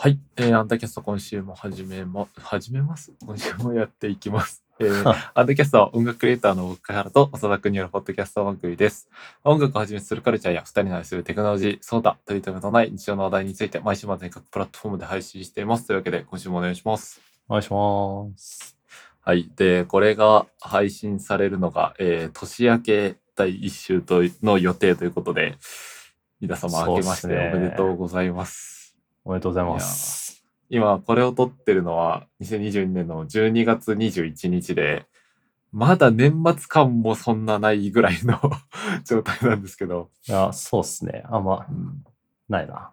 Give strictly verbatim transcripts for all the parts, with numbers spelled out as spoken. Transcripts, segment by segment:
はい、えー、アンダーキャスト今週も始めま、始めます今週もやっていきます。えー、アンダーキャストは音楽クリエイターの僕貝原と長田君によるポッドキャスト番組です。音楽をはじめとするカルチャーや二人の愛するテクノロジー、そうだ、というとめのない日常の話題について毎週末に各プラットフォームで配信しています。というわけで今週もお願いします。 お願いします。 はい。で、これが配信されるのが、えー、年明け第一週との予定ということで、皆様明けましておめでとうございます。 おめでとうございます。 今これを撮ってるのはにせんにじゅうにねんのじゅうにがつにじゅういちにちで、まだ年末感もそんなないぐらいの状態なんですけど。 いや、そうっすね。あんま、うん、ないな。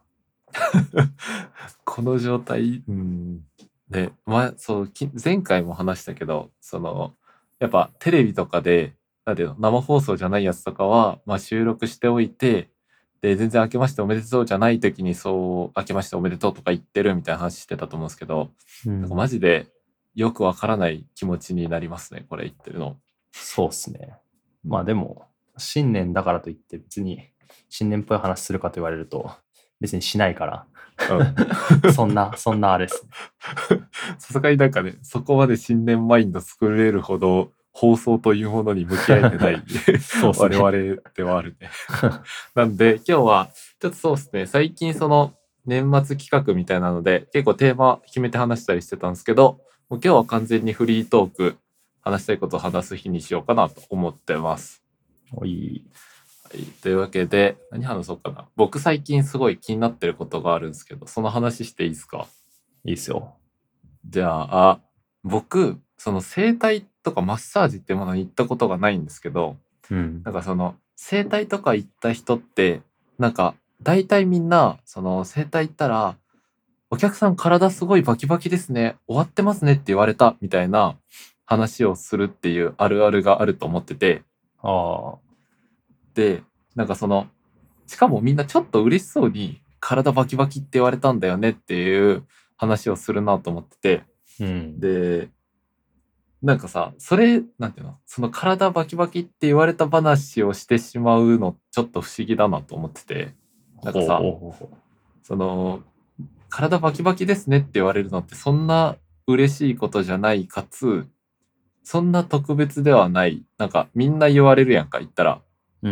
この状態、うん。で、まあ、そう、前回も話したけど、その、やっぱテレビとかで、なんていうの、生放送じゃないやつとかは、まあ収録しておいて、で、全然明けましておめでとうじゃない時にそう、明けましておめでとうとか言ってるみたいな話してたと思うんですけど、うん、なんかマジでよくわからない気持ちになりますね、これ言ってるの。 そうっすね。まあでも、新年だからといって別に新年っぽい話するかと言われると別にしないから。うん、そんな、そんなあれですね。さすがになんかね、そこまで新年マインド作れるほど、放送というものに向き合えてないそう、ね、我々ではあるね。なんで今日はちょっとそうですね、最近その年末企画みたいなので結構テーマ決めて話したりしてたんですけど、もう今日は完全にフリートーク、話したいことを話す日にしようかなと思ってます。 おい。 はい、というわけで何話そうかな。僕最近すごい気になってることがあるんですけど、その話していいですか？ いいっすよ。 じゃあ、僕その整体とかマッサージっていうものに行ったことがないんですけど、うん、なんかその整体とか行った人ってなんか大体みんなその整体行ったらお客さん体すごいバキバキですね、終わってますねって言われたみたいな話をするっていうあるあるがあると思ってて、 あでなんかそのしかもみんなちょっと嬉しそうに体バキバキって言われたんだよねっていう話をするなと思ってて、うん、でなんかさ、それなんていうの、その体バキバキって言われた話をしてしまうのちょっと不思議だなと思ってて、なんかさ、その体バキバキですねって言われるのってそんな嬉しいことじゃないかつ、そんな特別ではない、なんかみんな言われるやんか言ったら、うん、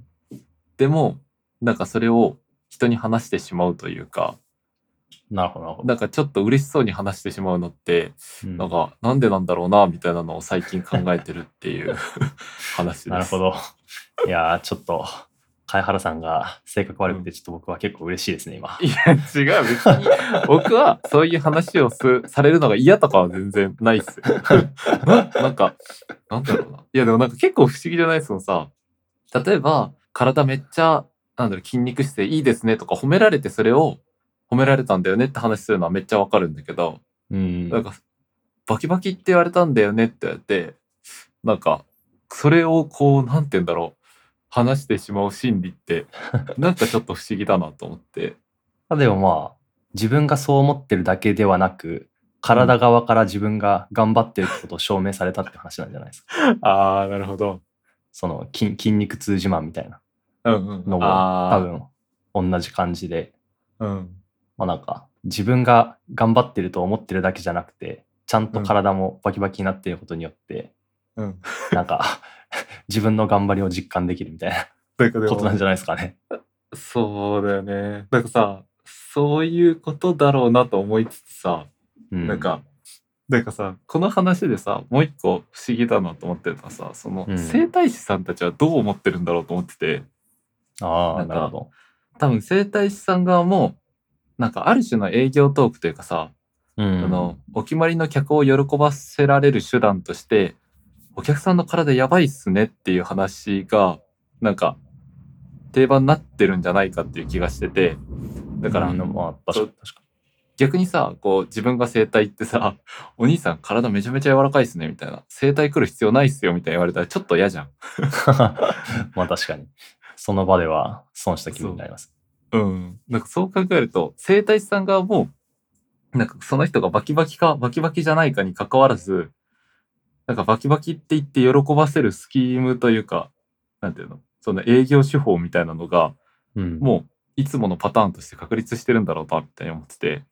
でもなんかそれを人に話してしまうというか、 なるほどなるほど。 なんかちょっと嬉しそうに話してしまうのって、うん、なんかなんでなんだろうなみたいなのを最近考えてるっていう話です。 なるほど。いやーちょっと貝原さんが性格悪くてちょっと僕は結構嬉しいですね、今。 いや違う、別に僕はそういう話をすされるのが嫌とかは全然ないっすよ。な, なんかなんだろうな。いやでもなんか結構不思議じゃないですかさ。例えば体めっちゃなんだろう筋肉質でいいですねとか褒められてそれを褒められたんだよねって話するのはめっちゃわかるんだけど、うん、なんかバキバキって言われたんだよねって言われて、なんかそれをこうなんて言うんだろう、話してしまう心理ってなんかちょっと不思議だなと思って。 でもまあ自分がそう思ってるだけではなく、体側から自分が頑張ってるってことを証明されたって話なんじゃないですか。 うん、ああなるほど。 その 筋, 筋肉痛自慢みたいなのも多分同じ感じで、うん、まあなんか自分が頑張ってると思ってるだけじゃなくて、ちゃんと体もバキバキになっていることによって、うん、なんか自分の頑張りを実感できるみたいなことなんじゃないですかね。 そうだよね。なんかさ、そういうことだろうなと思いつつさ、うん、なんかなんかさ、この話でさ、もう一個不思議だなと思ってるのはさ、その、うん、整体師さんたちはどう思ってるんだろうと思ってて、 ああなるほど。 多分整体師さん側もなんかある種の営業トークというかさ、うん、あのお決まりの客を喜ばせられる手段としてお客さんの体やばいっすねっていう話がなんか定番になってるんじゃないかっていう気がしてて、だから、うん、まあ、確かに確かに逆にさ、こう自分が整体行ってさ、お兄さん体めちゃめちゃ柔らかいっすねみたいな、整体来る必要ないっすよみたいな言われたらちょっと嫌じゃん。 まあ確かにその場では損した気分になります。 う、うん、なんかそう考えると整体師さん側もなんかその人がバキバキかバキバキじゃないかに関わらず、なんかバキバキって言って喜ばせるスキームというか、なんていうの、その営業手法みたいなのが、うん、もういつものパターンとして確立してるんだろうなみたいに思ってて、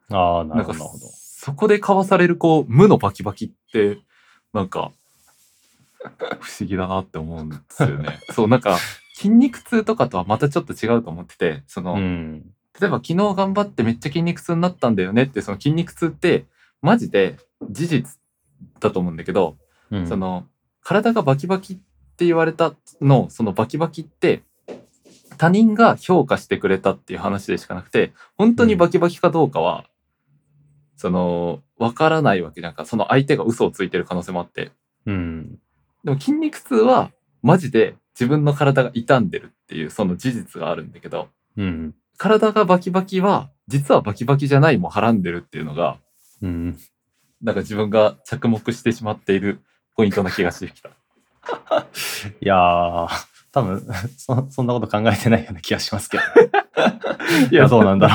ああ、なるほど。 そこで交わされるこう無のバキバキってなんか不思議だなって思うんですよね。そうなんか筋肉痛とかとはまたちょっと違うと思ってて、その、うん、例えば昨日頑張ってめっちゃ筋肉痛になったんだよねって、その筋肉痛ってマジで事実だと思うんだけど、うん、その体がバキバキって言われたのそのバキバキって他人が評価してくれたっていう話でしかなくて、本当にバキバキかどうかは、うん、その分からないわけじゃんか。その相手が嘘をついてる可能性もあって、うん、でも筋肉痛はマジで自分の体が傷んでるっていうその事実があるんだけど、うん、体がバキバキは実はバキバキじゃないもはらんでるっていうのが、うん、なんか自分が着目してしまっているポイントな気がしてきた。 いやー多分 そ, そんなこと考えてないような気がしますけどいやどうなんだろ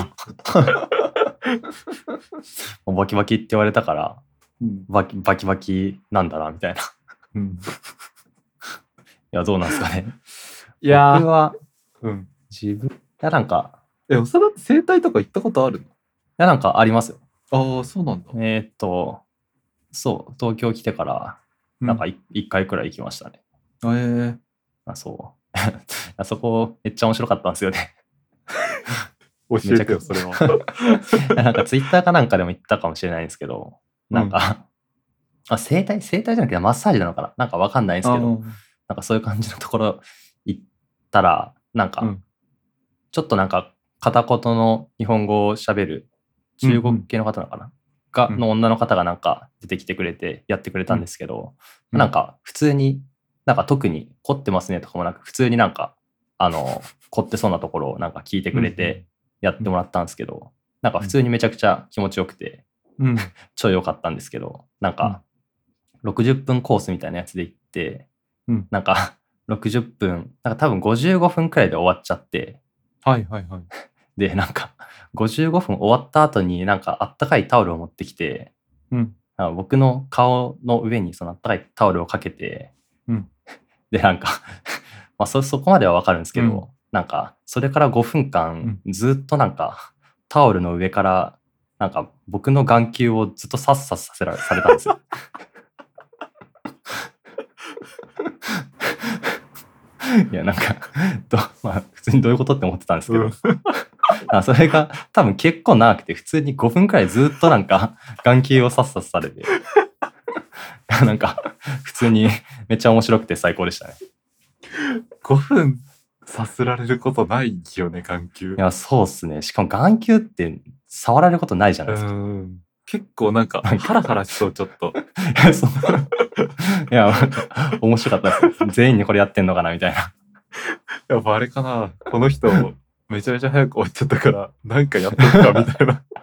うもうバキバキって言われたから、うん、バ, キバキバキなんだなみたいな、うん、いやどうなんですかね。いや僕は、うん、自分いやなんかえ長田って整体とか行ったことあるの？いやなんかありますよ。 ああそうなんだ。 えー、っとそう東京来てからなんか 1,、うん、いっかいくらい行きましたね。 えー、 あそうあそこめっちゃ面白かったんですよね教えてよそれはなんかツイッターかなんかでも言ったかもしれないんですけど、なんか、うん、あ整体整体じゃなくてマッサージなのかななんかわかんないんですけど、なんかそういう感じのところ行ったらなんか、うん、ちょっとなんか片言の日本語を喋る中国系の方なのかな、うんうん、がの女の方がなんか出てきてくれてやってくれたんですけど、うん、なんか普通になんか特に凝ってますねとかもなく普通になんかあの凝ってそうなところをなんか聞いてくれてやってもらったんですけど、うん、なんか普通にめちゃくちゃ気持ちよくて、うん、超良かったんですけど、なんかろくじゅっぷんコースみたいなやつで行って、うん、なんかろくじゅっぷんなんか多分ごじゅうごふんくらいで終わっちゃって、 はいはいはい。 でなんかごじゅうごふん終わった後になんかあったかいタオルを持ってきて、うん、なんか僕の顔の上にそのあったかいタオルをかけて、うん、でなんかまあ そ, そこまではわかるんですけど、うん、なんかそれからごふんかんずっとなんかタオルの上からなんか僕の眼球をずっとサッサッさせらされたんですよいやなんかど、まあ、普通にどういうことって思ってたんですけど、うんあそれが多分結構長くて普通にごふんくらいずっとなんか眼球をさっさっされてなんか普通にめっちゃ面白くて最高でしたね。 ごふんさすられることないよね眼球。 いやそうっすね。しかも眼球って触られることないじゃないですか。 うん結構なんかハラハラしそうちょっといやそういや面白かったです。全員にこれやってんのかなみたいな。 やっぱあれかなこの人めちゃめちゃ早く終わっちゃったからなんかやっとくかみたいな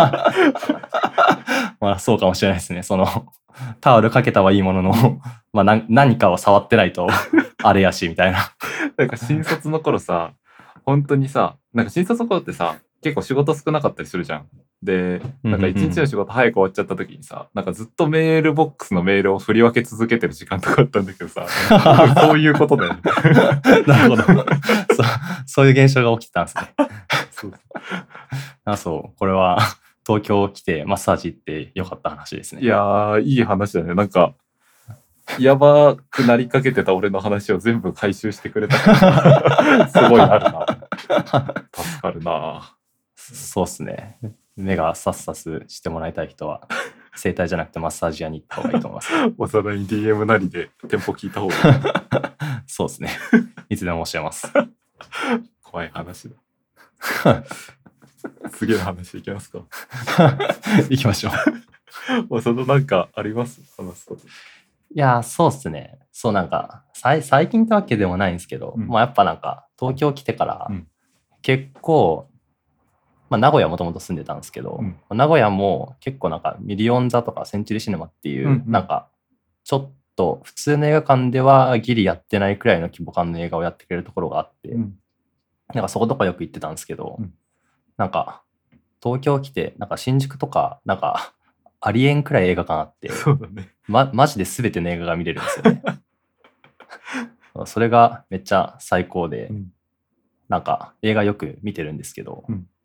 まあそうかもしれないですね。そのタオルかけたはいいものの、まあ、な何かを触ってないとあれやしみたいな。 なんか新卒の頃さ本当にさなんか新卒の頃ってさ結構仕事少なかったりするじゃん。でなんか一日の仕事早く終わっちゃった時にさなんかずっとメールボックスのメールを振り分け続けてる時間とかあったんだけどさそういうことだよねなるほどそ, そういう現象が起きてたんですねそうあそうこれは東京来てマッサージ行ってよかった話ですね。 いやーいい話だね。なんかやばくなりかけてた俺の話を全部回収してくれたからすごいあるな助かるな。 そうっすね。目がサッサスしてもらいたい人は整体じゃなくてマッサージ屋に行った方がいいと思います長田に ディーエム なりでテンポ聞いた方がいいそうですね。いつでも教えます怖い話だ次の話いきますか行きましょう長田なんかあります話すこと。 いやそうっすね。そうなんか最近ってわけでもないんですけど、うん、まあやっぱなんか東京来てから、うん、結構まあ、名古屋もともと住んでたんですけど、うん、名古屋も結構なんかミリオン座とかセンチュリーシネマっていう、うんうん、なんかちょっと普通の映画館ではギリやってないくらいの規模感の映画をやってくれるところがあって、うん、なんかそことかよく行ってたんですけど、うん、なんか東京来てなんか新宿とかなんかありえんくらい映画館あって、 そうだね、 ま、マジで全ての映画が見れるんですよねそれがめっちゃ最高で、うん、なんか映画よく見てるんですけど、うん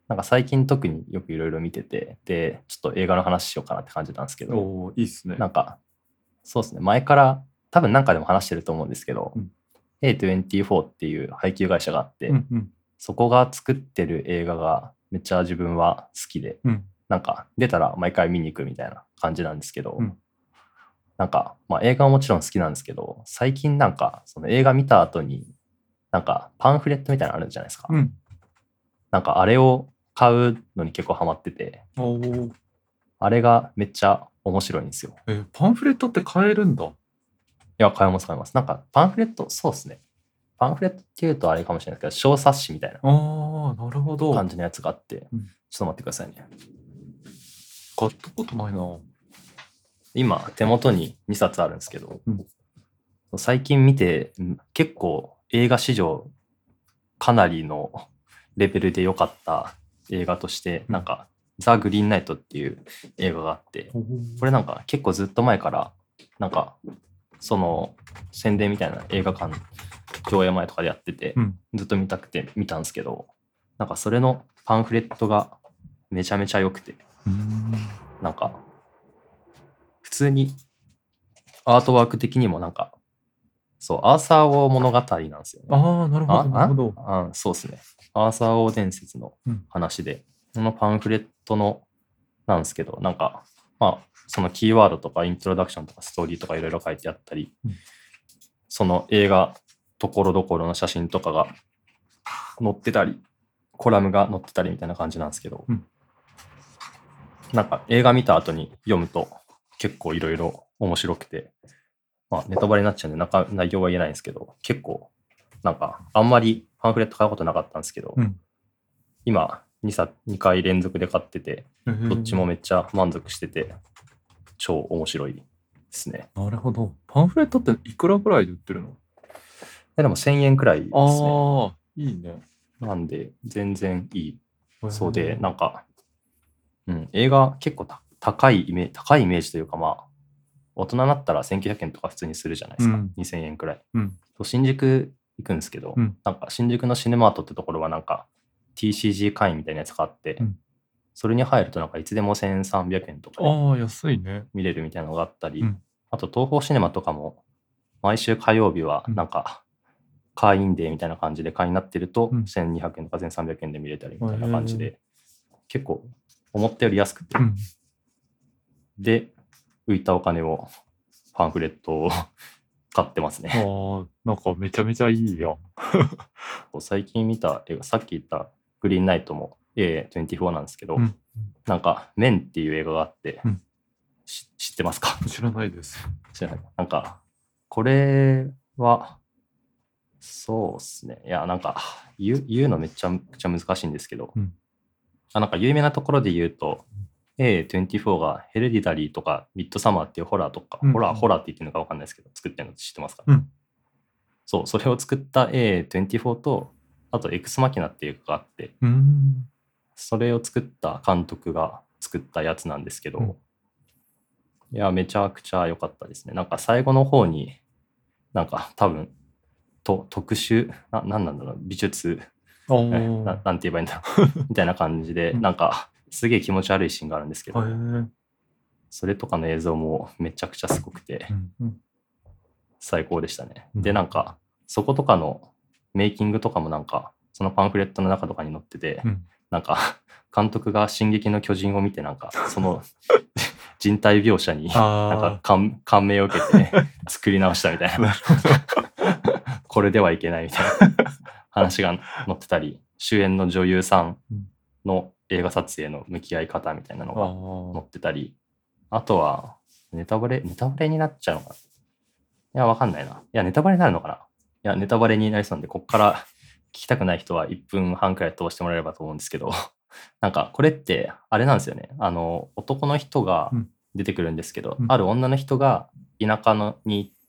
なんか最近特によくいろいろ見てて、で、ちょっと映画の話しようかなって感じなんですけど、 おーいいっすね。 なんか、そうですね、前から多分なんかでも話してると思うんですけど、うん、エーにじゅうよん っていう配給会社があって、うんうん、そこが作ってる映画がめっちゃ自分は好きで、うん、なんか出たら毎回見に行くみたいな感じなんですけど、うん、なんか、まあ、映画はもちろん好きなんですけど、最近なんかその映画見た後になんかパンフレットみたいなのあるじゃないですか、うん、なんかあれを買うのに結構ハマってて、おあれがめっちゃ面白いんですよ。 え、パンフレットって買えるんだ？いや、買えます買えます。なんかパンフレット、そうですね。パンフレットっていうとあれかもしれないですけど、小冊子みたいな感じのやつがあって、うん、ちょっと待ってくださいね。 買ったことないな。 今、手元ににさつあるんですけど、うん、最近見て、結構映画史上かなりのレベルで良かった映画として、うん、なんか、ザ・グリーンナイトっていう映画があって、うん、これなんか結構ずっと前から、なんか、その宣伝みたいな映画館上映前とかでやってて、うん、ずっと見たくて見たんですけど、なんかそれのパンフレットがめちゃめちゃ良くて、うん、なんか普通にアートワーク的にもなんかそうアーサー王物語なんですよね。 ああ、なるほどなるほど。 ああそうですね。アーサー王伝説の話で、うん、このパンフレットのなんですけど、なんかまあそのキーワードとかイントロダクションとかストーリーとかいろいろ書いてあったり、うん、その映画ところどころの写真とかが載ってたり、コラムが載ってたりみたいな感じなんですけど、うん、なんか映画見た後に読むと結構いろいろ面白くて、まあネタバレになっちゃうんで中内容は言えないんですけど、結構なんかあんまりパンフレット買うことなかったんですけど、うん、今 2, さにかい連続で買ってて、どっちもめっちゃ満足してて超面白いですね。 なるほど。パンフレットっていくらくらいで売ってるの？ でもせんえんくらいですね。 ああ、いいね。 なんで全然いい。そうで、なんか、うん、映画結構高いイメージ、高いイメージというか、まあ、大人になったらせんきゅうひゃくえんとか普通にするじゃないですか。うん、にせんえんくらい。うん、新宿行くんですけど、うん、なんか新宿のシネマートってところはなんか ティーシージー 会員みたいなやつがあって、うん、それに入るとなんかいつでもせんさんびゃくえんとかで安いね。 見れるみたいなのがあったり、うん、あと東宝シネマとかも毎週火曜日はなんか、会員デーみたいな感じで会員になってるとせんにひゃくえんとかせんさんびゃくえんで見れたりみたいな感じで、結構思ったより安くて、うん、で浮いたお金をパンフレットを買ってますね。 ああ、なんかめちゃめちゃいいやん。 最近見た映画、さっき言ったグリーンナイトも エーにじゅうよん なんですけど、うん、なんかメンっていう映画があって、うん、知ってますか？ 知らないです。 知らない。なんかこれはそうですね。いや、なんか言う、言うのめっちゃくちゃ難しいんですけど、うん、あなんか有名なところで言うと、エーにじゅうよん がヘレディタリーとかミッドサマーっていうホラーとか、うん、ホラー、ホラーって言ってるのか分かんないですけど、作ってるの知ってますか？うん、そう、それを作った エーにじゅうよん と、あとエクスマキナっていうのがあって、うん、それを作った監督が作ったやつなんですけど、うん、いや、めちゃくちゃ良かったですね。なんか最後の方に、なんか多分、と特殊な、なんなんだろう、美術な、なんて言えばいいんだろうみたいな感じで、うん、なんかすげえ気持ち悪いシーンがあるんですけど、それとかの映像もめちゃくちゃすごくて、うんうん、最高でしたね。うん、で、なんかそことかのメイキングとかもなんかそのパンフレットの中とかに載ってて、うん、なんか監督が進撃の巨人を見てなんかその人体描写になんか感、感銘を受けて、ね、作り直したみたいなこれではいけないみたいな話が載ってたり、主演の女優さんの映画撮影の向き合い方みたいなのが載ってたり、あとはネタバレネタバレになっちゃうのかな。いやわかんないな。いやネタバレになるのかな。いやネタバレになりそうなんで、こっから聞きたくない人はいっぷんはんくらい通してもらえればと思うんですけどなんかこれってあれなんですよね。あの男の人が出てくるんですけど、うん、ある女の人が田舎のに行って、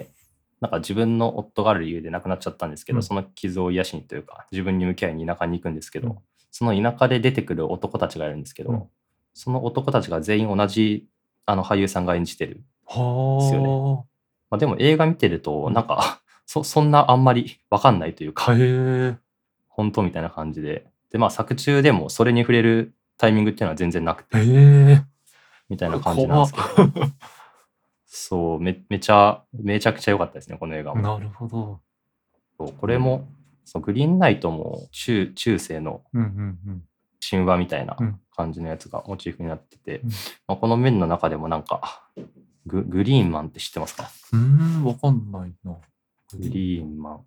なんか自分の夫がある理由で亡くなっちゃったんですけど、うん、その傷を癒しにというか自分に向き合いに田舎に行くんですけど、うん、その田舎で出てくる男たちがいるんですけど、うん、その男たちが全員同じあの俳優さんが演じてるんですよね。まあ、でも映画見てるとなんか、うん、そ, そんなあんまり分かんないというか本当みたいな感じで、 で、まあ作中でもそれに触れるタイミングっていうのは全然なくて、 えー、 みたいな感じなんですけど。そうめ、めちゃ、めちゃくちゃ良かったですね、この映画も。 なるほど。 そうこれも、そうグリーンナイトも中、中世の神話みたいな感じのやつがモチーフになってて、うんまあ、この面の中でもなんかグ、グリーンマンって知ってますか？ うーん、わかんないな。 グリーンマン。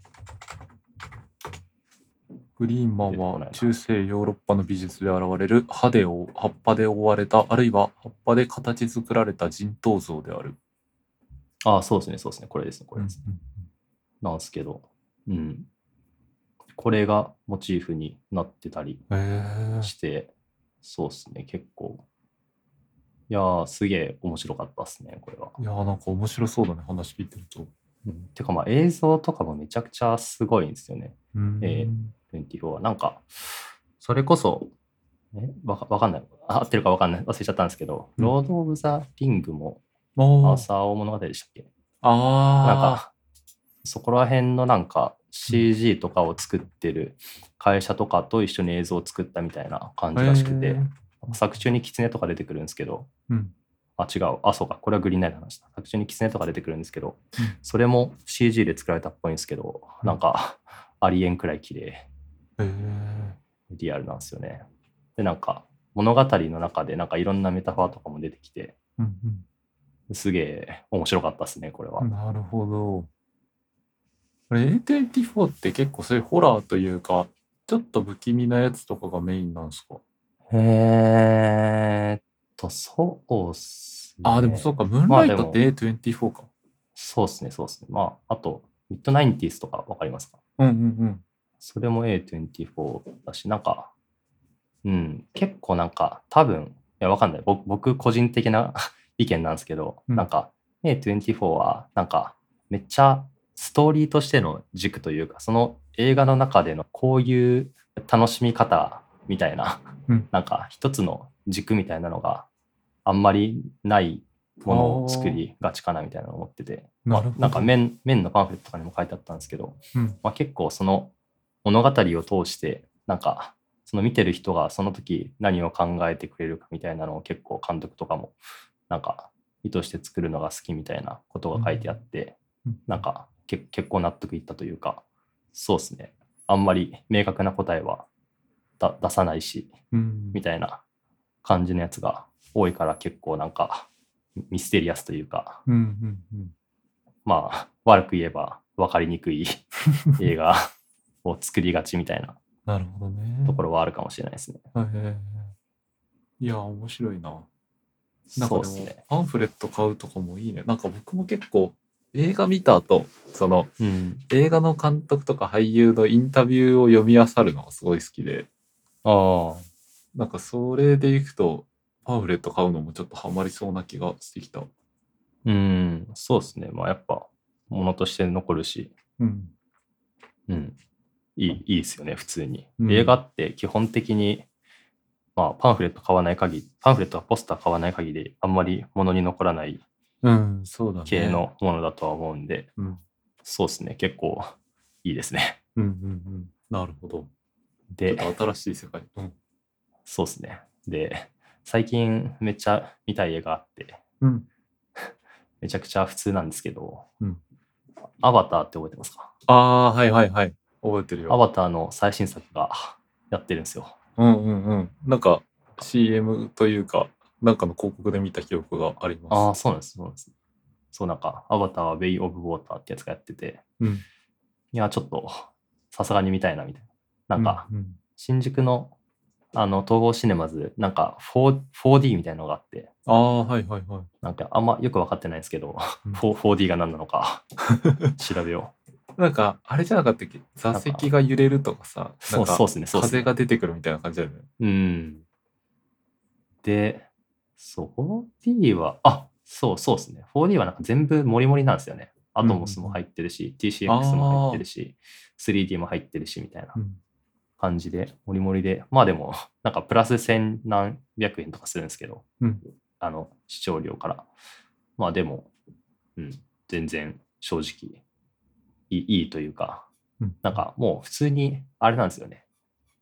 グリーンマンは中世ヨーロッパの美術で現れる葉で葉っぱで覆われた、あるいは葉っぱで形作られた人頭像である。 ああ、そうですね、そうですね。これですね、これですね。うんうんうん、なんですけど、うん。これがモチーフになってたりして、そうですね、結構。いやー、すげえ面白かったですね、これは。 いやー、なんか面白そうだね、話聞いてると。 うん、てか、まあ映像とかもめちゃくちゃすごいんですよね。 うん、 えー、にじゅうよんは。なんか、それこそ、えわかわかんない。合ってるかわかんない。忘れちゃったんですけど、うん、ロード・オブ・ザ・リングも、アーサー王物語でしたっけ？ああ。なんか、そこら辺のなんか シージー とかを作ってる会社とかと一緒に映像を作ったみたいな感じらしくて、作中にキツネとか出てくるんですけど、うん、あ、違う。あ、そうか。これはグリーンナイトの話だ。作中にキツネとか出てくるんですけど、うん、それも シージー で作られたっぽいんですけど、うん、なんか、ありえんくらい綺麗。リアルなんですよね。で、なんか、物語の中でなんかいろんなメタファーとかも出てきて、うんうん、すげえ面白かったですね、これは。 なるほど。これ エーにじゅうよん って結構そういうホラーというか、ちょっと不気味なやつとかがメインなんですか？ えーっと、そうっすね。 ああ、でもそうか、ムーンライトって エーにじゅうよん か。 そうっすね、そうっすね。まあ、あと、ミッドナインティースとかわかりますか？ うんうんうん。 それも エーにじゅうよん だし、なんか、うん、結構なんか、多分、いや、わかんない。僕、僕個人的な意見なんですけど、うん、なんか、エーにじゅうよん は、なんか、めっちゃストーリーとしての軸というか、その映画の中でのこういう楽しみ方みたいな、うん、なんか一つの軸みたいなのがあんまりないものを作りがちかなみたいなのを思ってて、まあ、なんか面、面のパンフレットとかにも書いてあったんですけど、うんまあ、結構その物語を通して、なんかその見てる人がその時何を考えてくれるかみたいなのを結構監督とかもなんか意図して作るのが好きみたいなことが書いてあって、うん、なんかけ結構納得いったというか、そうですね。あんまり明確な答えはだ出さないし、うん、みたいな感じのやつが多いから結構なんかミステリアスというか、うんうんうん、まあ悪く言えば分かりにくい映画を作りがちみたいななるほどねところはあるかもしれないですね。 いや面白いな。なんかでもパンフレット買うとかもいいね。なんか僕も結構映画見た後、その、うん、映画の監督とか俳優のインタビューを読み漁るのがすごい好きで、ああ、なんかそれでいくとパンフレット買うのもちょっとハマりそうな気がしてきた。 うん、そうですね。まあやっぱ物として残るし、うん、うん、いいいいですよね普通に、うん。映画って基本的にまあパンフレット買わない限り、パンフレットはポスター買わない限りあんまり物に残らない系のものだとは思うんで、うん、そうですね。結構いいですね。 うんうんうん。なるほど。で、ちょっと新しい世界。うん、 そうですね。で、最近めっちゃ見たい映画あって、うん、めちゃくちゃ普通なんですけど、うん、アバターって覚えてますか？ ああ、はいはいはい。覚えてるよ。 アバターの最新作がやってるんですよ。 うんうんうん。なんか シーエム というか、なんかの広告で見た記憶があります。 ああ、そうなんです、そうなんです。そうなんか、アバターはウェイ・オブ・ウォーターってやつがやってて、うん、いや、ちょっと、さすがに見たいな、みたいな。なんか、うんうん、新宿の、あの、東宝シネマズ、なんか フォー、フォーディー みたいなのがあって、 ああ、はいはいはい。 なんか、あんまよく分かってないんですけど、うん、フォーディー が何なのか、調べよう。なんか、あれじゃなかったっけ？座席が揺れるとかさ、 そうそうですね、そうですね。 風が出てくるみたいな感じだよね。 うん。で、そう、フォーディー は、あ、そうそうですね。フォーディー はなんか全部モリモリなんですよね。アトモスも入ってるし、うんうん、ティーシーエックス も入ってるし、スリーディー も入ってるし、みたいな感じで、モリモリで、まあでも、なんかプラス千何百円とかするんですけど、うん、あの、視聴料から。まあでも、うん、全然正直いい、いいというか、うん、なんかもう普通に、あれなんですよね。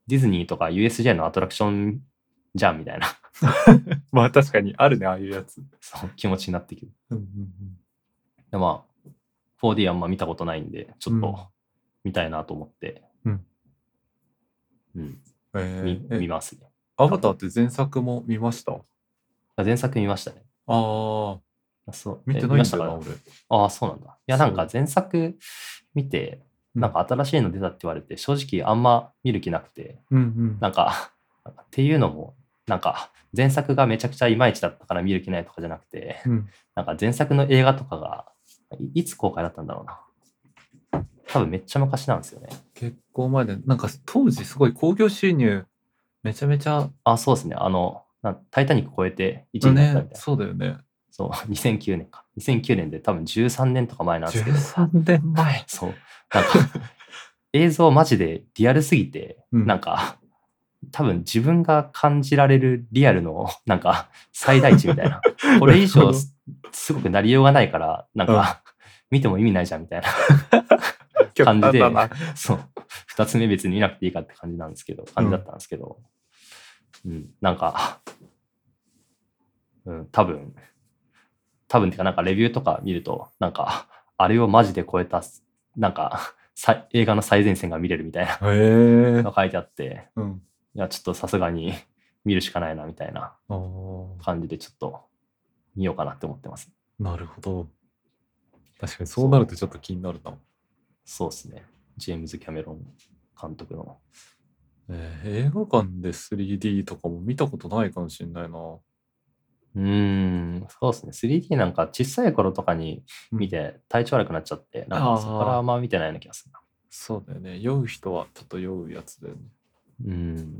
ディズニーとか ユーエスジェー のアトラクションじゃんみたいな。 まあ確かにあるね、ああいうやつ。 そう、気持ちになってきる。 うんうんうん、 でまあ、フォーディー あんま見たことないんで、ちょっと見たいなと思って、うん。うん。えー、見見ますね。 アバターって前作も見ました？ 前作見ましたね。 ああ。そう。 見てないんだよな、俺。 ああ、そうなんだ。いや、なんか前作見て、なんか新しいの出たって言われて、正直あんま見る気なくて、うんうん、なんか、っていうのも、なんか前作がめちゃくちゃいまいちだったから見る気ないとかじゃなくて、うん、なんか前作の映画とかがいつ公開だったんだろうな。多分めっちゃ昔なんですよね。 結構前で、なんか当時すごい興行収入めちゃめちゃ。 あ、そうですね。あの、タイタニック超えていちいになったみたいな。ね、 そうだよね。 そう、にせんきゅうねんか。にせんきゅうねんで多分じゅうさんねんとか前なんですけど。 じゅうさんねんまえ。 そう。なんか、映像マジでリアルすぎて、うん、なんか、多分自分が感じられるリアルの、なんか、最大値みたいな。これ以上す、すごくなりようがないから、なんか、うん、見ても意味ないじゃんみたいな感じで、そう。二つ目別に見なくていいかって感じなんですけど、感じだったんですけど、うん、うん、なんか、うん、多分、多分っていうかなんかレビューとか見ると、なんか、あれをマジで超えた、なんか、映画の最前線が見れるみたいなの書いてあって、うん、いや、ちょっとさすがに見るしかないなみたいな感じでちょっと見ようかなって思ってます。 なるほど。確かにそうなるとちょっと気になるな。 そうですね。ジェームズ・キャメロン監督の。 えー、映画館で スリーディー とかも見たことないかもしれないな。 うーん、そうですね。スリーディー なんか小さい頃とかに見て体調悪くなっちゃって、うん、なんかそこからあんま見てないような気がするな。 そうだよね。酔う人はちょっと酔うやつだよね。 うん、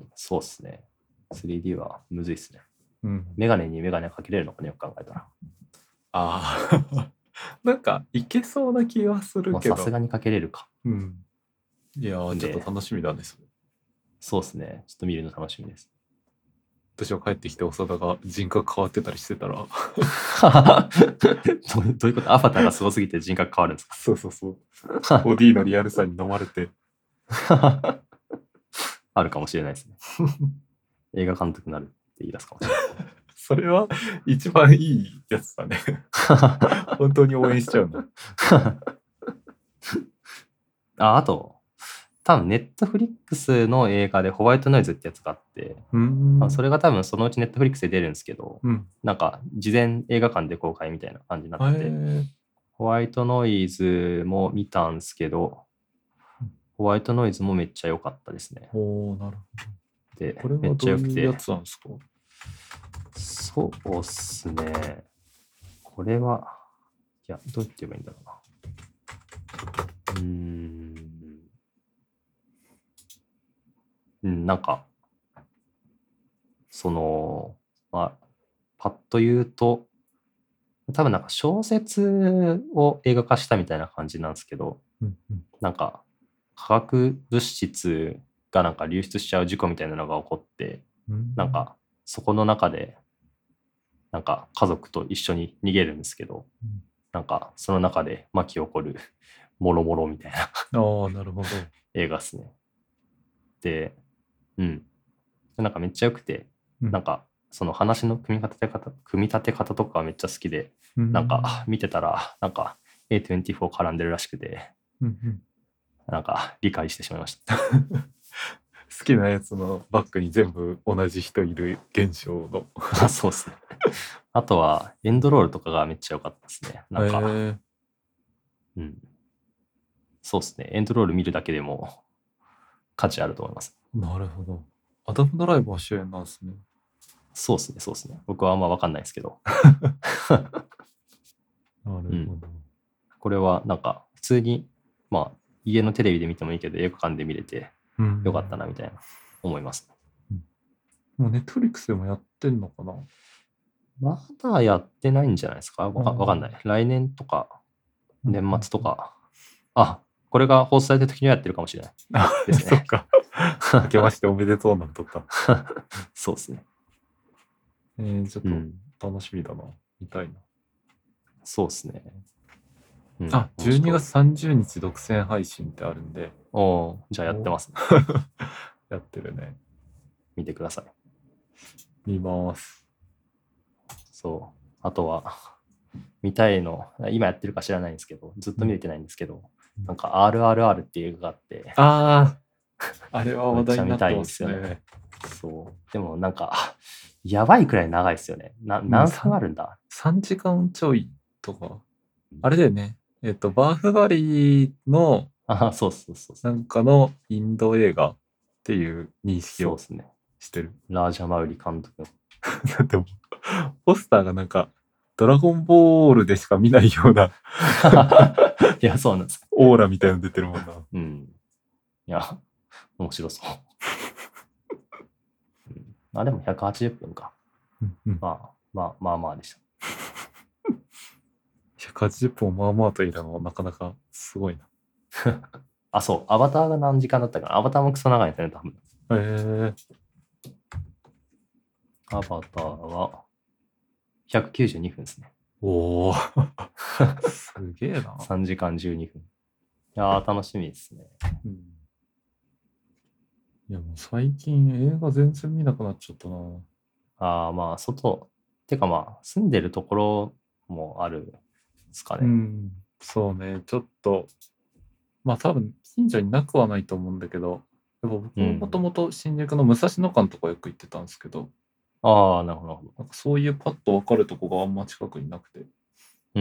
そうっすね。スリーディー はむずいっすね。うん。メガネにメガネかけれるのかね、よく考えたら。 ああ。なんかいけそうな気はするけど。 さすがにかけれるか。 うん。いやー、ちょっと楽しみだね、それ。 そうっすね。ちょっと見るの楽しみです。 私は帰ってきて長田が人格変わってたりしてたらどういうこと？アバターがすごすぎて人格変わるんですか？ そうそうそう。ボディのリアルさに飲まれてあるかもしれないですね。映画監督になるって言い出すかもしれない。 それは一番いいやつだね。本当に応援しちゃうの。 あ、あと、多分ネットフリックスの映画でホワイトノイズってやつがあって、うんそれが多分そのうちネットフリックスで出るんですけど、うん、なんか事前映画館で公開みたいな感じになってて、ホワイトノイズも見たんですけど、ホワイトノイズもめっちゃ良かったですね。 おー、なるほど。で、これはめっちゃ良くて。 どういうやつなんですか？ そうっすね。これは、いや、どう言って言えばいいんだろうな。うーん。うん、なんか、その、まあ、パッと言うと、多分なんか小説を映画化したみたいな感じなんですけど、うんうん、なんか化学物質がなんか流出しちゃう事故みたいなのが起こって、うん、なんかそこの中でなんか家族と一緒に逃げるんですけど、うん、なんかその中で巻き起こるもろもろみたいなああ、なるほど。 映画ですね。で、うん。なんかめっちゃ良くて、うん、なんかその話の組み立て方、組み立て方とかめっちゃ好きで、うん、なんか見てたら、なんか エーにじゅうよん 絡んでるらしくて、うんうん、なんか理解してしまいました。 好きなやつのバックに全部同じ人いる現象の。 あ、そうですね。あとはエンドロールとかがめっちゃ良かったですね。なんか、うん。そうですね。エンドロール見るだけでも価値あると思います。 なるほど。アダム・ドライバー主演なんですね。 そうですね、そうですね。僕はあんま分かんないですけど。 なるほど、うん。 これはなんか普通に、まあ、家のテレビで見てもいいけど、映画館で見れてよかったなみたいな思います。 うん、もうネットフリックスでもやってんのかな？ まだやってないんじゃないですか？わか、わかんない。来年とか、年末とか。うん、あ、これが放送された時にはやってるかもしれないですね。 そっか。明けましておめでとうなんとか。 そうですね。 えー、ちょっと楽しみだな。うん、見たいな。 そうですね。 うん、あ、じゅうにがつさんじゅうにち独占配信ってあるんで。 おー、じゃあやってますね。 やってるね。 見てください。 見ます。 そう。あとは、見たいの、今やってるか知らないんですけど、ずっと見れてないんですけど、うん、なんか アールアールアール っていう映画があって。 ああ、あれは話題になってますね。めっちゃ見たいんですよね。そう。でもなんか、やばいくらい長いですよね。な何分あるんだ、 うん、さんじかんちょいとか。あれだよね。えっと、バーフバリーの、 あ、そうそうそうそう。なんかのインド映画っていう認識をしてる。 ね、ラージャマウリ監督。 でも、ポスターがなんか、ドラゴンボールでしか見ないようないや、そうなんです。 オーラみたいなの出てるもんな。 うん。いや、面白そう。うん、あ、でもひゃくはちじゅっぷんか。 うんうん、 まあ、まあ、まあまあでした。 ひゃくはちじゅっぷんをまあまあといるのはなかなかすごいな。 あ、そう。アバターが何時間だったかな。アバターもクソ長いですね、多分。 へえ。 アバターはひゃくきゅうじゅうにふんですね。 おお。すげえな。 さんじかんじゅうにふん。いやー、楽しみですね。 うん、いや、もう最近映画全然見なくなっちゃったな。 ああ、まあ、外、てかまあ、住んでるところもあるんですかね。 うん、そうね。ちょっと、まあ多分近所になくはないと思うんだけど、でも僕ももともと新宿の武蔵野間とかよく行ってたんですけど、 ああ、なるほど。 なんかそういうパッと分かるとこがあんま近くになくて。 うん。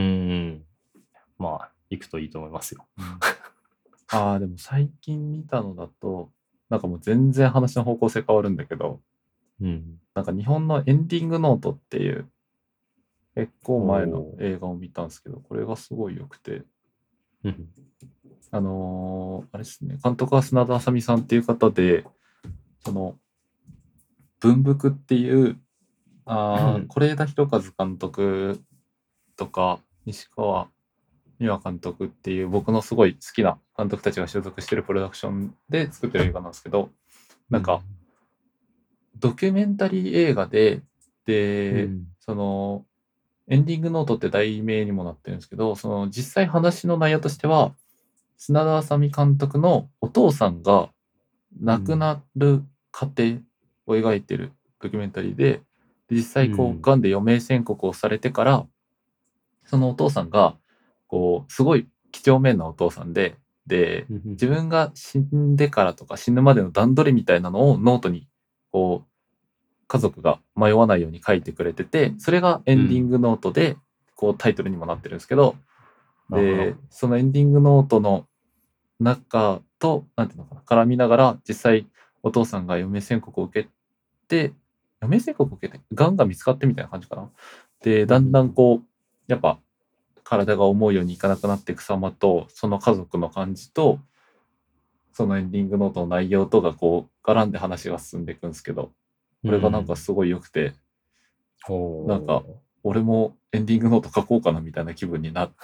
まあ、行くといいと思いますよ。うん、 ああ、でも最近見たのだと、なんかもう全然話の方向性変わるんだけど、 うん、 なんか日本のエンディングノートっていう結構前の映画を見たんですけど、これがすごい良くて、 うん、 あのー、あれですね、監督は砂田あさみさんっていう方で、その、文福っていう、あ是枝裕和監督とか、西川美和監督っていう僕のすごい好きな監督たちが所属してるプロダクションで作ってる映画なんですけど、なんか、ドキュメンタリー映画で、で、うん、その、エンディングノートって題名にもなってるんですけど、その実際話の内容としては、砂田あさみ監督のお父さんが亡くなる過程を描いてるドキュメンタリーで、実際こう、癌で余命宣告をされてから、そのお父さんが、こう、すごい几帳面なお父さんで、で、自分が死んでからとか死ぬまでの段取りみたいなのをノートに、こう、家族が迷わないように書いてくれてて、それがエンディングノートで、こうタイトルにもなってるんですけど、で、そのエンディングノートの中と、なんていうのかな、絡みながら、実際お父さんが余命宣告を受けて、余命宣告を受けて、癌が見つかってみたいな感じかな。で、だんだんこう、やっぱ、体が思うようにいかなくなっていく様と、その家族の感じと、そのエンディングノートの内容とがこう、絡んで話が進んでいくんですけど、これがなんかすごい良くて、うん、なんか、俺もエンディングノート書こうかなみたいな気分になって。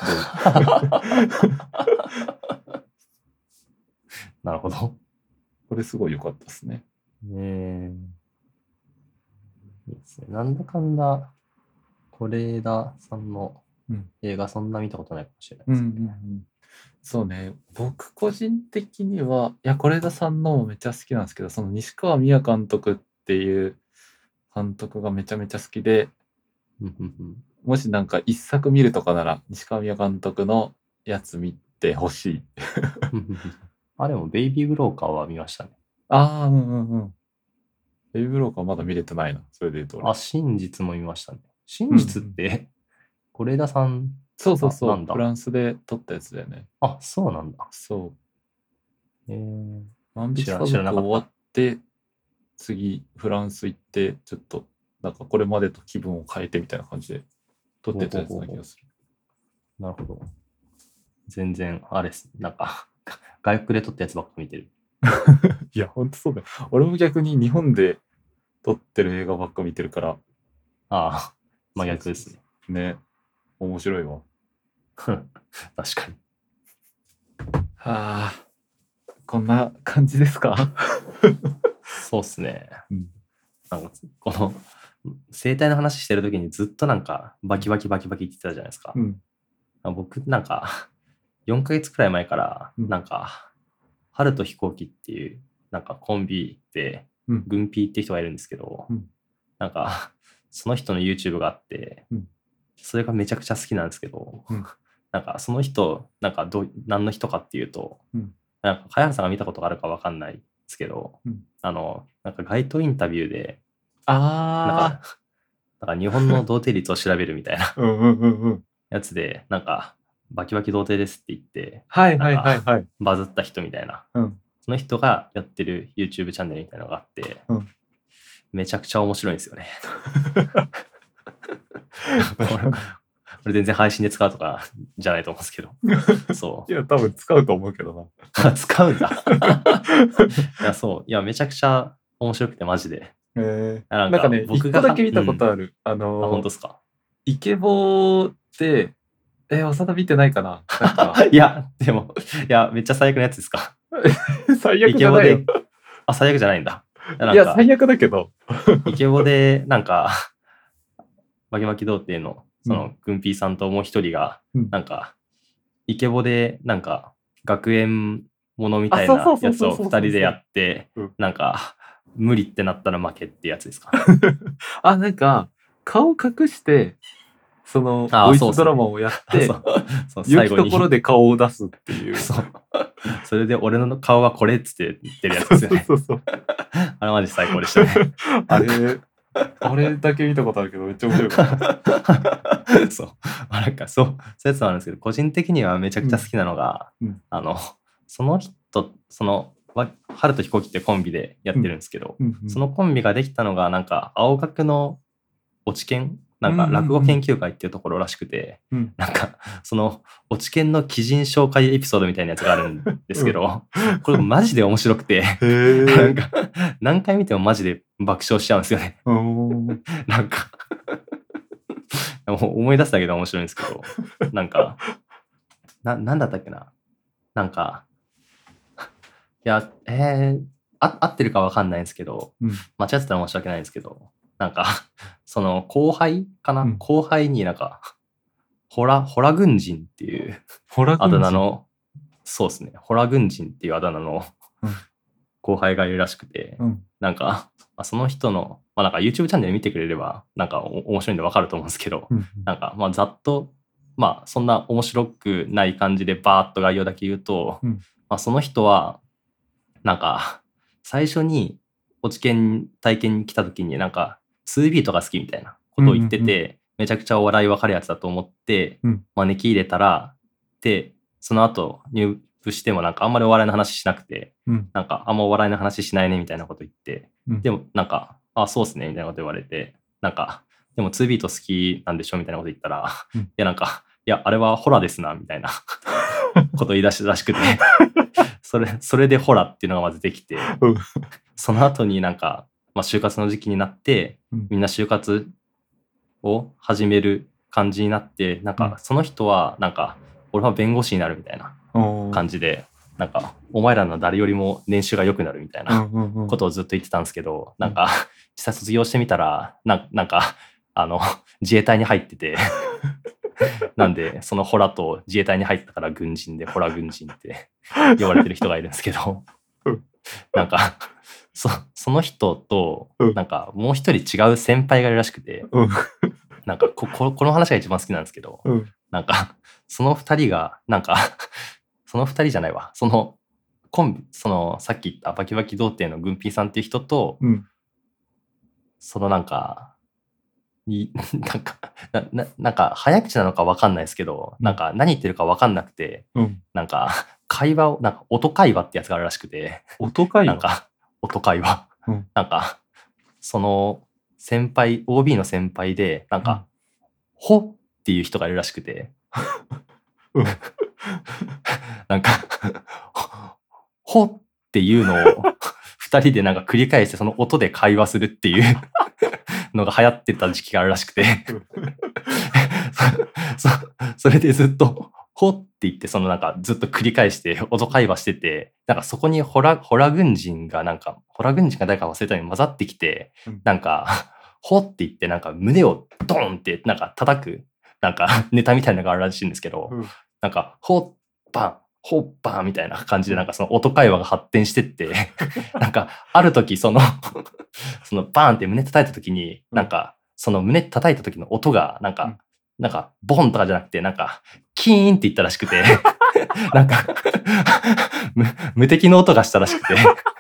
なるほど。 これすごい良かったですね。 ねえ。いいですね。なんだかんだ、是枝さんの映画そんな見たことないかもしれないですね。うんうんうん、 そうね。僕個人的には、いや、是枝さんのもめっちゃ好きなんですけど、その西川美和監督っていう監督がめちゃめちゃ好きで、もしなんか一作見るとかなら、西川美和監督のやつ見てほしい。 あ、でもベイビーブローカーは見ましたね。 ああ、うんうんうん。ベイビーブローカーまだ見れてないな。それで言うと俺。 あ、真実も見ましたね。真実って、是枝さん、 そうそうそう。フランスで撮ったやつだよね。 あ、そうなんだ。 そう。 えー、 万引き家族終わって、次フランス行って、ちょっと、なんかこれまでと気分を変えてみたいな感じで撮ってたやつな気がする。 なるほど。全然、あれです。なんか、外国で撮ったやつばっか見てる。 いや、ほんとそうだよ。俺も逆に日本で撮ってる映画ばっか見てるから。 ああ、真逆ですね。 ね。面白いわ。 確かに。 はあ、こんな感じですか？ そうっすね。うん、なんかこの生態の話してる時にずっとなんかバキバキバキバキ言ってたじゃないですか。うん、僕なんかよんかげつくらい前からなんか、うん、春と飛行機っていうなんかコンビで、 うん。 グンピーって人がいるんですけど、 うん。 なんか、その人の YouTube があって、 うん。 それがめちゃくちゃ好きなんですけど、 うん。 なんかその人、なんかどう、何の人かっていうと、 うん。 なんか、茅原さんが見たことがあるかわかんないですけど、 うん。 あの、なんか街頭インタビューで、なんあか、なんか日本の童貞率を調べるみたいなあ。うんうんうんうん。 やつで、なんか、バキバキ童貞ですって言って、 はいはいなんか、 はいはい。 バズった人みたいな、 うん。 その人がやってる YouTube チャンネルみたいなのがあって、 うん。 めちゃくちゃ面白いんですよね。これ、これ全然配信で使うとかじゃないと思うんですけど。そいや、多分使うと思うけどう。使うんだ。いや、そう。いや、めちゃくちゃ面白くて、マジで。 な。へえ。 なんか、 なんかね、一僕がは、 個だけ見たことうん。 ある。ああ、本当のですか。 ー、イケボーって、え、長田見てないかななんか、 いや、でも、いや、めっちゃ最悪なやつですか。 最イ悪じゃないよ。 ケボで、あ、最悪じゃないんだ。いや、ないや、 んか、 最悪だけど。 イケボで、なんか、バキバキ童貞の、そのうん、 グンピーさんともう一人が、 うん。 なんか、イケボで、なんか、学園ものみあ、 たいそうそうそうなやつをそうそうそう二人でやって、 うん。 なんか、無理ってなったら負けってやつですか。 あ、なんか、顔隠して、その、 ああ、 ボイそうですね。 スドラマをやっそて、 う、そう、 良最後に、 きところで顔を出すっていう。 そう。それで俺の顔はこれっつって言ってるやつそうですよね。 そうそう。 あれマジ最高でしたね。 あれ、あれだけ見たことあるけど、めっちゃ面白かった。 そう。まあ、なんかそう、そういうやつなんですけど、個人的にはめちゃくちゃ好きなのが、 うんうんあの、その人、その、わ春と飛行機ってコンビでやってるんですけど、 うんうんそのコンビができたのが、なんか、青学の落ち研なんか、 うんうんうん落語研究会っていうところらしくて、 うんなんか、その、落ち研の鬼人紹介エピソードみたいなやつがあるんですけど、これマジで面白くて、 へーなんか、何回見てもマジで爆笑しちゃうんですよね。 おーなんかもう思い出すだけで面白いんですけど、なんか、な、なんだったっけな。なんか、いや、えー、あ合ってるかわかんないんですけど、 うん間違ってたら申し訳ないんですけど、なんか、その後輩かな、 うん後輩になんか、ホラ、ホラ軍人っていうあだホラ軍人。 名の、そうですね、ホラ軍人っていうあだ名のうん後輩がいるらしくて、 うんなんか、まあその人の、まあなんか YouTube チャンネル見てくれれば、なんかお面白いんでわかると思うんですけど、 うんなんかまあざっと、まあそんな面白くない感じでバーッと概要だけ言うと、 うんまあその人は、なんか、最初に落ち研体験に来た時になんか ツービー とか好きみたいなことを言ってて、 うんうんめちゃくちゃお笑い分かるやつだと思って、 うん招き入れたら、で、その後入部してもなんかあんまりお笑いの話しなくて、 うんなんかあんまお笑いの話しないねみたいなこと言って、 うんでもなんか、あ、そうっすねみたいなこと言われて、なんか、でもツービー と好きなんでしょみたいなこと言ったら、 うんいやなんか、いや、あれはホラですな、みたいなこと言い出したらしくて、それ、それでホラっていうのがまずできて、 うんその後になんか、まあ、就活の時期になって、 うんみんな就活を始める感じになって、なんうんか、その人は、なんか、俺は弁護士になるみたいなおー感じで、なんか、お前らの誰よりも年収が良くなるみたいなうんうんうんことをずっと言ってたんですけど、なんか、実際卒業してみたら、ななんか、あの、自衛隊に入ってて、なんで、そのホラと自衛隊に入ったから軍人で、ホラ軍人って言われてる人がいるんですけどうん、 なんか、そその人とうん、 なんか、もう一人違う先輩がいるらしくて、 うんなんかこ、ここの話が一番好きなんですけど、 うんなんか、その二人が、なんか、その二人じゃないわ、その、コンビ、その、さっき言ったバキバキ童貞のグンピーさんっていう人と、 うんそのなんか、に、なんか、な、ななんか、早口なのかわかんないですけど、 うんなんか、何言ってるかわかんなくて、 うんなんか、会話を、なんか、音会話ってやつがあるらしくて、 音会話なんか、音会話。 うんなんか、その、先輩、オービー の先輩で、なんか、 うんほっていう人がいるらしくて、 うんなんか、ほっていうのを、二人でなんか繰り返して、その音で会話するっていうのが流行ってた時期があるらしくて、そ, そ, それでずっと、ほって言って、そのなんかずっと繰り返して音会話してて、なんかそこにホラ、ホラ軍人がなんか、ホラ軍人が誰か忘れたように混ざってきて、 うんなんか、ほって言ってなんか胸をドーンってなんか叩く、なんかネタみたいなのがあるらしいんですけど、 うんなんか、ほっ、パン、 ホッパーみたいな感じでなんかその音会話が発展してって、なんかある時その、そのバーンって胸叩いた時に、なんかその胸叩いた時の音がなんか、なんかボンとかじゃなくてなんかキーンって言ったらしくて、なんか無、無敵の音がしたらしくて、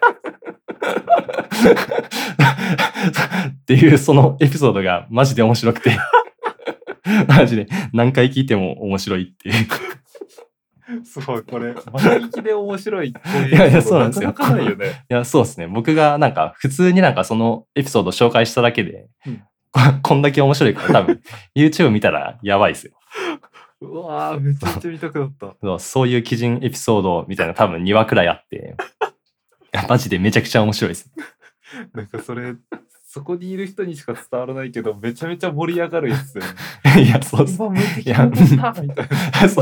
っていうそのエピソードがマジで面白くて、マジで何回聞いても面白いっていう。 すごい、これ、また聞きで面白い。 いやいや、そうなんですよ。 なかなかないよね。 いや、そうですね。僕がなんか普通になんかそのエピソードを紹介しただけで、うん、こんだけ面白いから多分 YouTube 見たらやばいですよ。 うわー、めちゃめちゃ見たくなった。 そうそういう基準エピソードみたいな多分にわくらいあって、いやマジでめちゃくちゃ面白いです。 なんかそれ、そこにいる人にしか伝わらないけど、めちゃめちゃ盛り上がるやつだよね。 いや、そうです。 今無敵だったみたいな。 そう。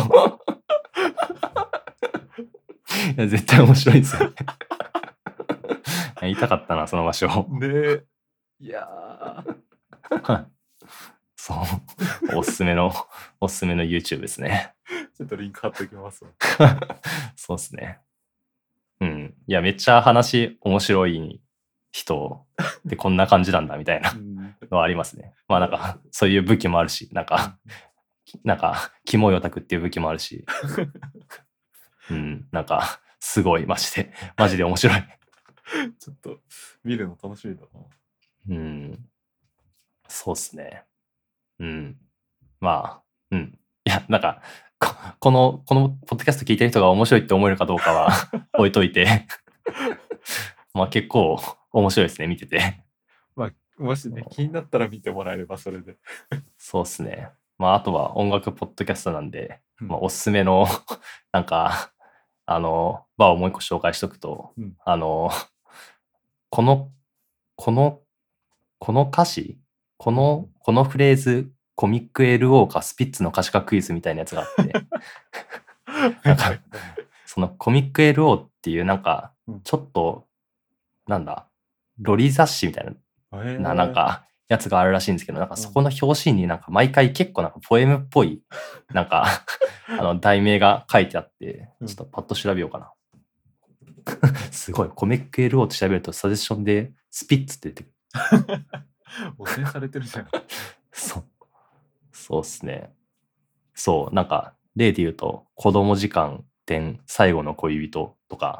いや絶対面白いですよね。言いたかったな、その場所。 ねえ。いやー。そう。おすすめの、おすすめの YouTube ですね。 ちょっとリンク貼っておきます。 そうですね。うん。いや、めっちゃ話面白い人でこんな感じなんだみたいなのはありますね。まあなんか、そういう武器もあるし、なんか、なんか、キモいオタクっていう武器もあるし。うん、なんか、すごい、マジで、マジで面白い。 ちょっと、見るの楽しみだな。うん。そうっすね。うん。まあ、うん。いや、なんか、こ, この、この、ポッドキャスト聞いてる人が面白いって思えるかどうかは置いといて。まあ結構、面白いですね、見てて。 まあ、もしね、気になったら見てもらえればそれで。 そうっすね。まあ、あとは音楽ポッドキャストなんで、まあ、おすすめの、なんか、あの、バーをもう一個紹介しとくと、うん、あの、この、この、この歌詞この、このフレーズ、コミック エルオー かスピッツの歌詞かクイズみたいなやつがあって、なんか、そのコミック エルオー っていうなんか、ちょっと、なんだ、ロリ雑誌みたいな、な、なんか、やつがあるらしいんですけど、なんかそこの表紙になんか毎回結構なんかポエムっぽい、なんか、あの、題名が書いてあって、ちょっとパッと調べようかな。すごい、コミック エルオー って調べるとサジェスションでスピッツって出てくる。 汚染されてるじゃん。 そう。そうっすね。そう、なんか、例で言うと、子供時間点最後の恋人とか、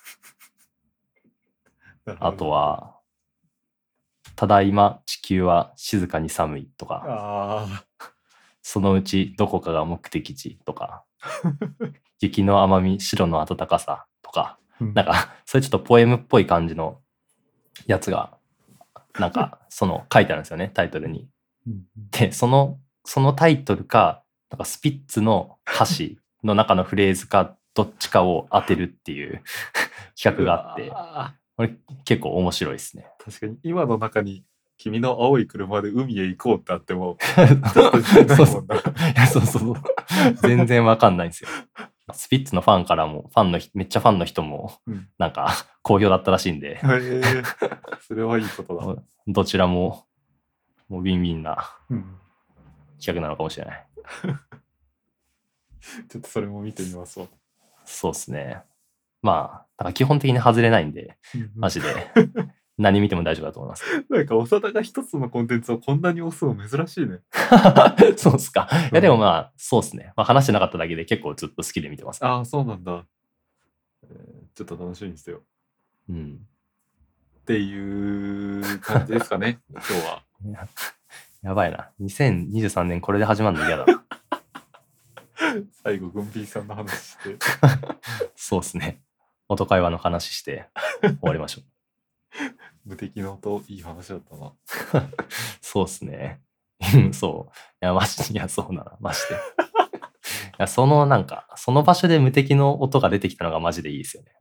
あとは、ただいま地球は静かに寒いとか、 あそのうちどこかが目的地とか、雪の甘み、白の暖かさとか、うん、なんか、それちょっとポエムっぽい感じのやつが、なんか、その書いてあるんですよね、タイトルに。で、その、そのタイトルか、なんかスピッツの歌詞の中のフレーズか、どっちかを当てるっていう企画があって、これ結構面白いですね。 確かに、今の中に、君の青い車で海へ行こうってあっても、 そうそう。いや、そうそう。全然わかんないんですよ。スピッツのファンからも、ファンの、めっちゃファンの人も、なんか、好評だったらしいんで。 へえ、それはいいことだ。 どちらも、もうウィンウィンな企画なのかもしれない。 ちょっとそれも見てみますわ。 そうですね。まあ、だから基本的に外れないんで、マジで。何見ても大丈夫だと思います。 なんか、長田が一つのコンテンツをこんなに押すの珍しいね。 そうっすか。いや、でもまあ、そうっすね。まあ、話してなかっただけで結構ずっと好きで見てます。 ああ、そうなんだ、えー。ちょっと楽しみにしてよ。 うん。 っていう感じですかね、今日は。 や, やばいな。にせんにじゅうさんねんこれで始まるの嫌だ。 最後、グンピーさんの話して。 そうっすね。元会話の話して終わりましょう。 無敵の音、いい話だったな。 そうっすね。そう。いや、マジ、いや、そうなら、マジで。いや、そのなんか、その場所で無敵の音が出てきたのがマジでいいですよね。 うん。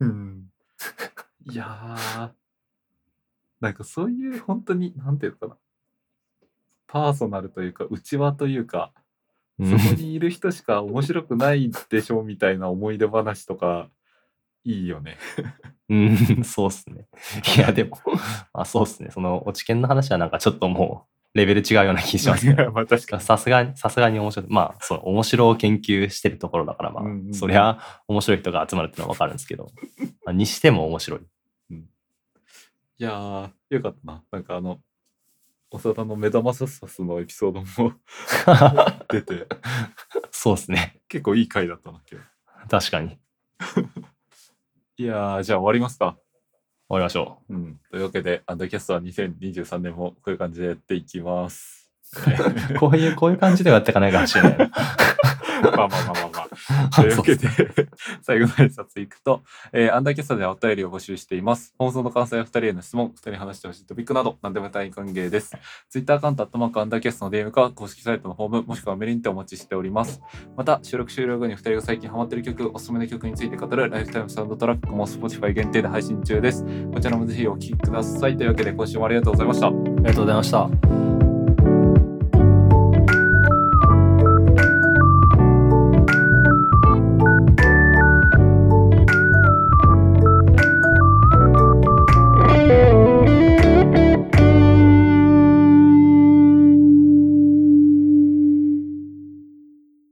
いやー、なんかそういう本当に、なんていうのかな。パーソナルというか、内輪というか、そこにいる人しか面白くないでしょみたいな思い出話とか、いいよね。 うん、そうっすね。いや、でも、あ、そうっすね。その、落ち研の話はなんかちょっともう、 レベル違うような気しますけど。 まあ確かに。 さすがに、さすがに面白い。まあ、そう、面白を研究してるところだから、まあ、うんうん、そりゃ面白い人が集まるっていうのはわかるんですけど、まあ、にしても面白い。 うん、いやー、よかったな。なんかあの、長田の目玉サスサスのエピソードも出て。 そうですね。 結構いい回だったな、今日。確かに。 いやー、じゃあ終わりますか。 終わりましょう。うん。というわけで、アンダーキャストはにせんにじゅうさんねんもこういう感じでやっていきます。 こういう、こういう感じではやっていかないかもしれないな。 まあまあまあまあまあ。というわけで、最後の挨拶いくと、えー、アンダーキャストではお便りを募集しています。放送の感想やふたりへの質問、ふたりに話してほしいトピックなど、何でも大歓迎です。ツイッターアカウント、アットマークアンダーキャストの ディーエム か、公式サイトのフォーム、もしくはメールにてお待ちしております。また、収録終了後にふたりが最近ハマっている曲、おすすめの曲について語るライフタイムサウンドトラックも Spotify 限定で配信中です。こちらもぜひお聴きください。というわけで、今週もありがとうございました。ありがとうございました。